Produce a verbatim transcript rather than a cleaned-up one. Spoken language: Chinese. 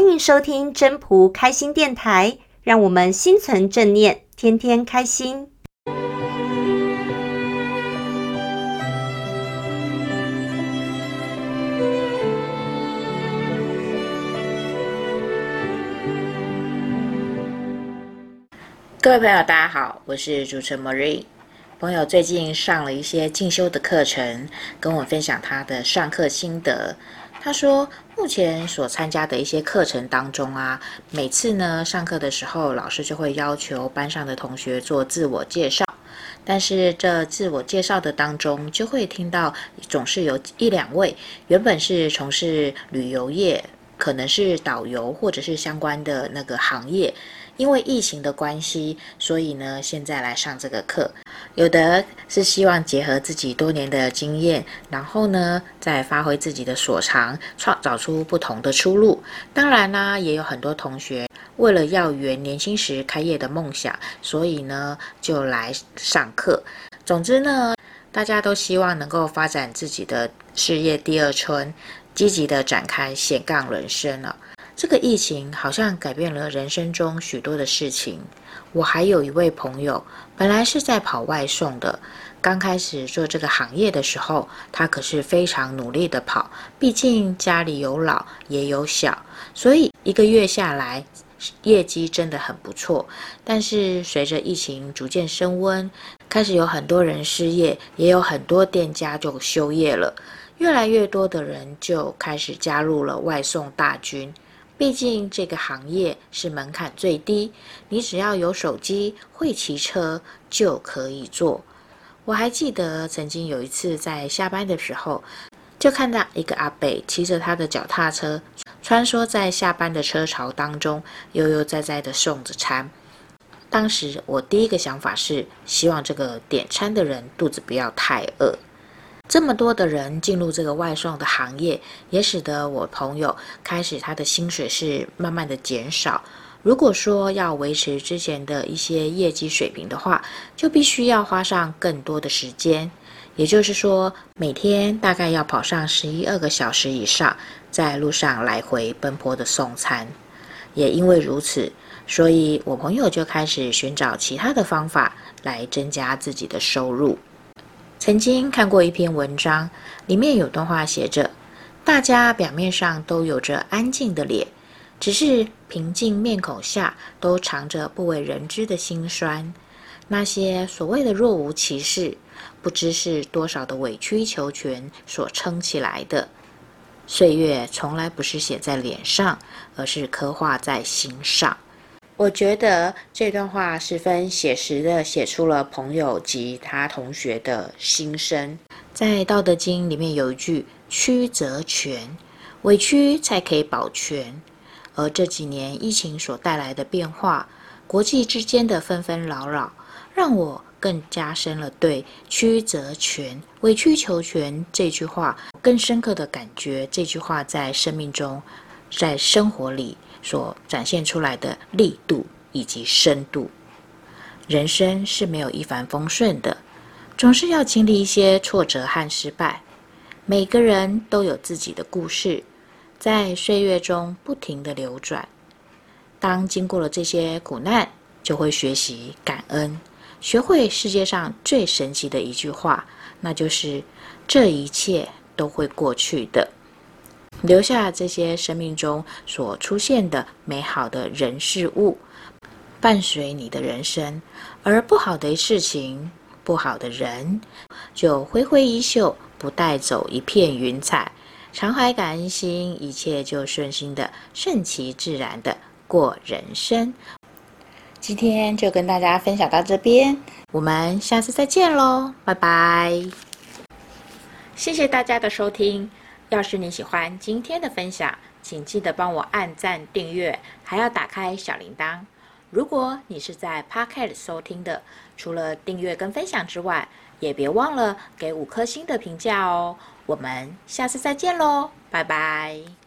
欢迎收听真仆开心电台，让我们心存正念，天天开心。 各位朋友大家好，我是主持人 Marie。 朋友最近上了一些进修的课程，跟我分享他的上课心得。他说目前所参加的一些课程当中啊，每次呢上课的时候，老师就会要求班上的同学做自我介绍，但是这自我介绍的当中，就会听到总是有一两位原本是从事旅游业，可能是导游或者是相关的那个行业，因为疫情的关系，所以呢现在来上这个课。有的是希望结合自己多年的经验，然后呢再发挥自己的所长，创找出不同的出路。当然啦，也有很多同学为了要圆年轻时开业的梦想，所以呢就来上课。总之呢，大家都希望能够发展自己的事业第二春，积极的展开斜杠人生了。这个疫情好像改变了人生中许多的事情。我还有一位朋友，本来是在跑外送的，刚开始做这个行业的时候，他可是非常努力的跑，毕竟家里有老也有小，所以一个月下来业绩真的很不错。但是随着疫情逐渐升温，开始有很多人失业，也有很多店家就休业了，越来越多的人就开始加入了外送大军。毕竟这个行业是门槛最低，你只要有手机会骑车就可以做。我还记得曾经有一次在下班的时候，就看到一个阿伯骑着他的脚踏车穿梭在下班的车潮当中，悠悠哉哉的送着餐。当时我第一个想法是，希望这个点餐的人肚子不要太饿。这么多的人进入这个外送的行业，也使得我朋友开始他的薪水是慢慢的减少。如果说要维持之前的一些业绩水平的话，就必须要花上更多的时间，也就是说每天大概要跑上十一二个小时以上，在路上来回奔波的送餐。也因为如此，所以我朋友就开始寻找其他的方法来增加自己的收入。曾经看过一篇文章，里面有段话写着，大家表面上都有着安静的脸，只是平静面孔下都藏着不为人知的辛酸。那些所谓的若无其事，不知是多少的委曲求全所撑起来的。岁月从来不是写在脸上，而是刻画在心上。我觉得这段话十分写实的写出了朋友及他同学的心声。在《道德经》里面有一句，曲则全，委屈才可以保全。而这几年疫情所带来的变化，国际之间的纷纷扰扰，让我更加深了对曲则全，委曲求全这句话更深刻的感觉。这句话在生命中，在生活里所展现出来的力度以及深度。人生是没有一帆风顺的，总是要经历一些挫折和失败。每个人都有自己的故事，在岁月中不停地流转。当经过了这些苦难，就会学习感恩，学会世界上最神奇的一句话，那就是这一切都会过去的。留下这些生命中所出现的美好的人事物，伴随你的人生，而不好的事情、不好的人，就挥挥衣袖，不带走一片云彩，常怀感恩心，一切就顺心的、顺其自然的过人生。今天就跟大家分享到这边，我们下次再见咯，拜拜。谢谢大家的收听。要是你喜欢今天的分享，请记得帮我按赞、订阅，还要打开小铃铛。如果你是在 Podcast 收听的，除了订阅跟分享之外，也别忘了给五颗星的评价哦。我们下次再见咯，拜拜。